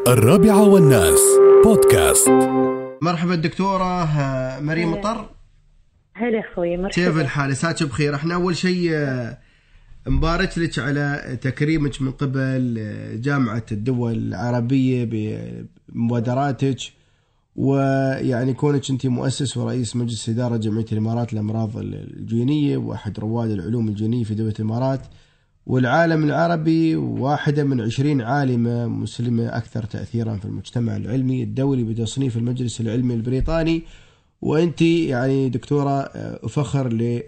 الرابعة والناس بودكاست. مرحبا الدكتورة مريم مطر. هلا أخوي، مرحبا. كيف الحال؟ ساتشو بخير. احنا أول شيء مبارك لك على تكريمك من قبل جامعة الدول العربية بمبادراتك، ويعني كونك أنت مؤسس ورئيس مجلس إدارة جمعية الإمارات للأمراض الجينية وأحد رواد العلوم الجينية في دولة الإمارات والعالم العربي، واحدة من 20 عالمة مسلمة أكثر تأثيرا في المجتمع العلمي الدولي بتصنيف المجلس العلمي البريطاني. وأنت يعني دكتورة أفخر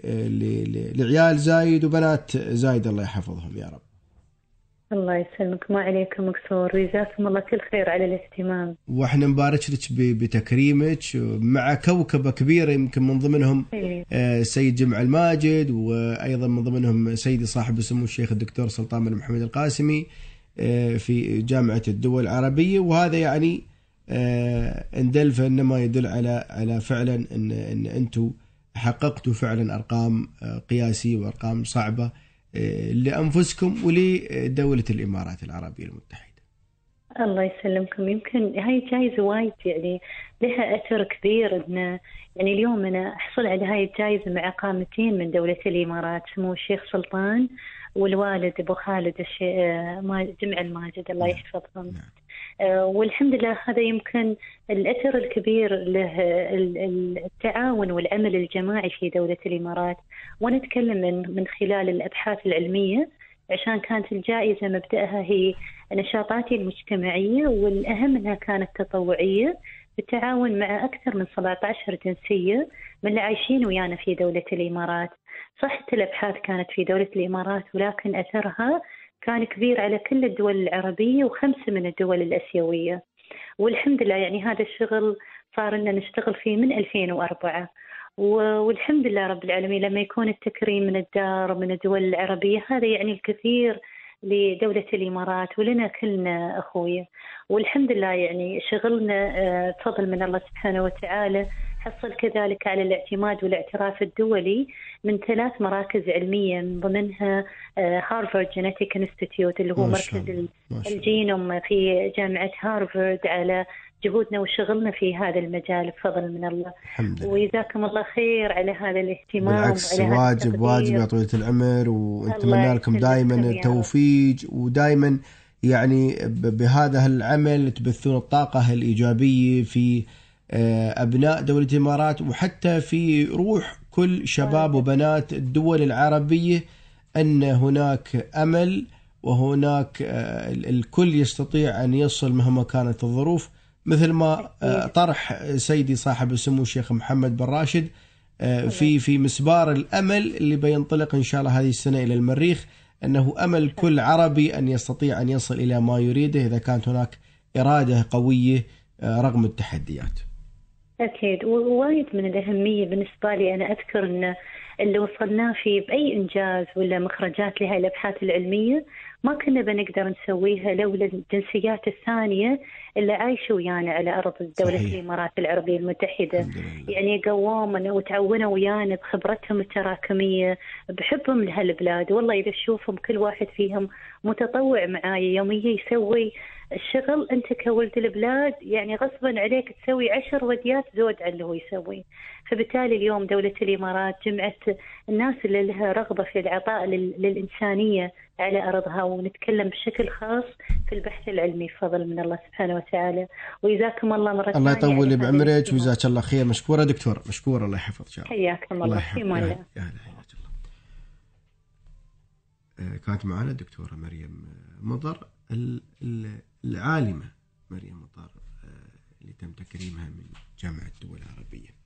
لعيال زايد وبنات زايد، الله يحفظهم يا رب. الله يسلمك، ما عليكم مقصور، وجزاكم الله كل خير على الاهتمام. واحنا مبارك لك بتكريمك مع كوكبة كبيرة، يمكن من ضمنهم السيد جمع الماجد، وأيضا من ضمنهم سيدي صاحب السمو الشيخ الدكتور سلطان بن محمد القاسمي في جامعة الدول العربية. وهذا يعني اندل فإنما يدل على فعلا ان انتم حققتوا فعلا ارقام قياسية وارقام صعبة لأنفسكم ولدولة الإمارات العربية المتحدة. الله يسلمكم. يمكن هاي الجائزة وايد يعني لها أثر كبير، إن يعني اليوم أنا أحصل على هاي الجائزة مع قامتين من دولة الإمارات، سمو الشيخ سلطان والوالد أبو خالد جمع الماجد، الله يحفظهم. والحمد لله هذا يمكن الأثر الكبير له التعاون والعمل الجماعي في دولة الإمارات. ونتكلم من خلال الأبحاث العلمية، عشان كانت الجائزة مبدأها هي نشاطاتي المجتمعية، والأهم أنها كانت تطوعية بالتعاون مع أكثر من 17 جنسية من اللي عايشين ويانا في دولة الإمارات. صح الأبحاث كانت في دولة الإمارات، ولكن أثرها كان كبير على كل الدول العربية و5 من الدول الآسيوية. والحمد لله يعني هذا الشغل صار لنا نشتغل فيه من 2004، والحمد لله رب العالمين. لما يكون التكريم من الدار من الدول العربية هذا يعني الكثير لدولة الإمارات ولنا كلنا أخويا. والحمد لله يعني شغلنا فضل من الله سبحانه وتعالى حصل كذلك على الاعتماد والاعتراف الدولي من 3 مراكز علمية، من ضمنها هارفارد جينيتيك انستيتيوت اللي هو مركز الجينوم في جامعة هارفارد، على جهودنا وشغلنا في هذا المجال بفضل من الله. وجزاكم الله خير على هذا الاهتمام. بالعكس، واجب يا طويلة العمر، ونتمنى لكم دائما التوفيق، ودائما يعني بهذا العمل تبثون الطاقة الإيجابية في أبناء دولة الإمارات، وحتى في روح كل شباب وبنات الدول العربية أن هناك أمل، وهناك الكل يستطيع أن يصل مهما كانت الظروف، مثل ما طرح سيدي صاحب السمو الشيخ محمد بن راشد في مسبار الأمل اللي بينطلق إن شاء الله هذه السنة إلى المريخ، أنه أمل كل عربي أن يستطيع أن يصل إلى ما يريده إذا كانت هناك إرادة قوية رغم التحديات. أكيد، ووايد من الأهمية بالنسبة لي. أنا أذكر أن اللي وصلناه فيه بأي إنجاز ولا مخرجات لهذه الأبحاث العلمية ما كنا بنقدر نسويها لولا الجنسيات الثانية اللي عايشوا ويانا على أرض دولة الإمارات العربية المتحدة. يعني قوامنا وتعاونوا ويانا بخبرتهم التراكمية، بحبهم لهالبلاد. والله إذا تشوفهم كل واحد فيهم متطوع معايا يوميا يسوي الشغل، أنت كولد البلاد يعني غصبا عليك تسوي 10 وديات زود على اللي هو يسوي. فبالتالي اليوم دولة الإمارات جمعت الناس اللي لها رغبة في العطاء للإنسانية على أرضها، ونتكلم بشكل خاص في البحث العلمي بفضل من الله سبحانه وتعالى. وجزاكم الله مرة ثانية. الله يطول بعمرك وجزاك الله خير. مشكورة دكتور، مشكورة، الله يحفظك. حياكم الله. في مان الله. كانت معنا الدكتورة مريم مطر، العالمة مريم مطر اللي تم تكريمها من جامعة الدول العربية.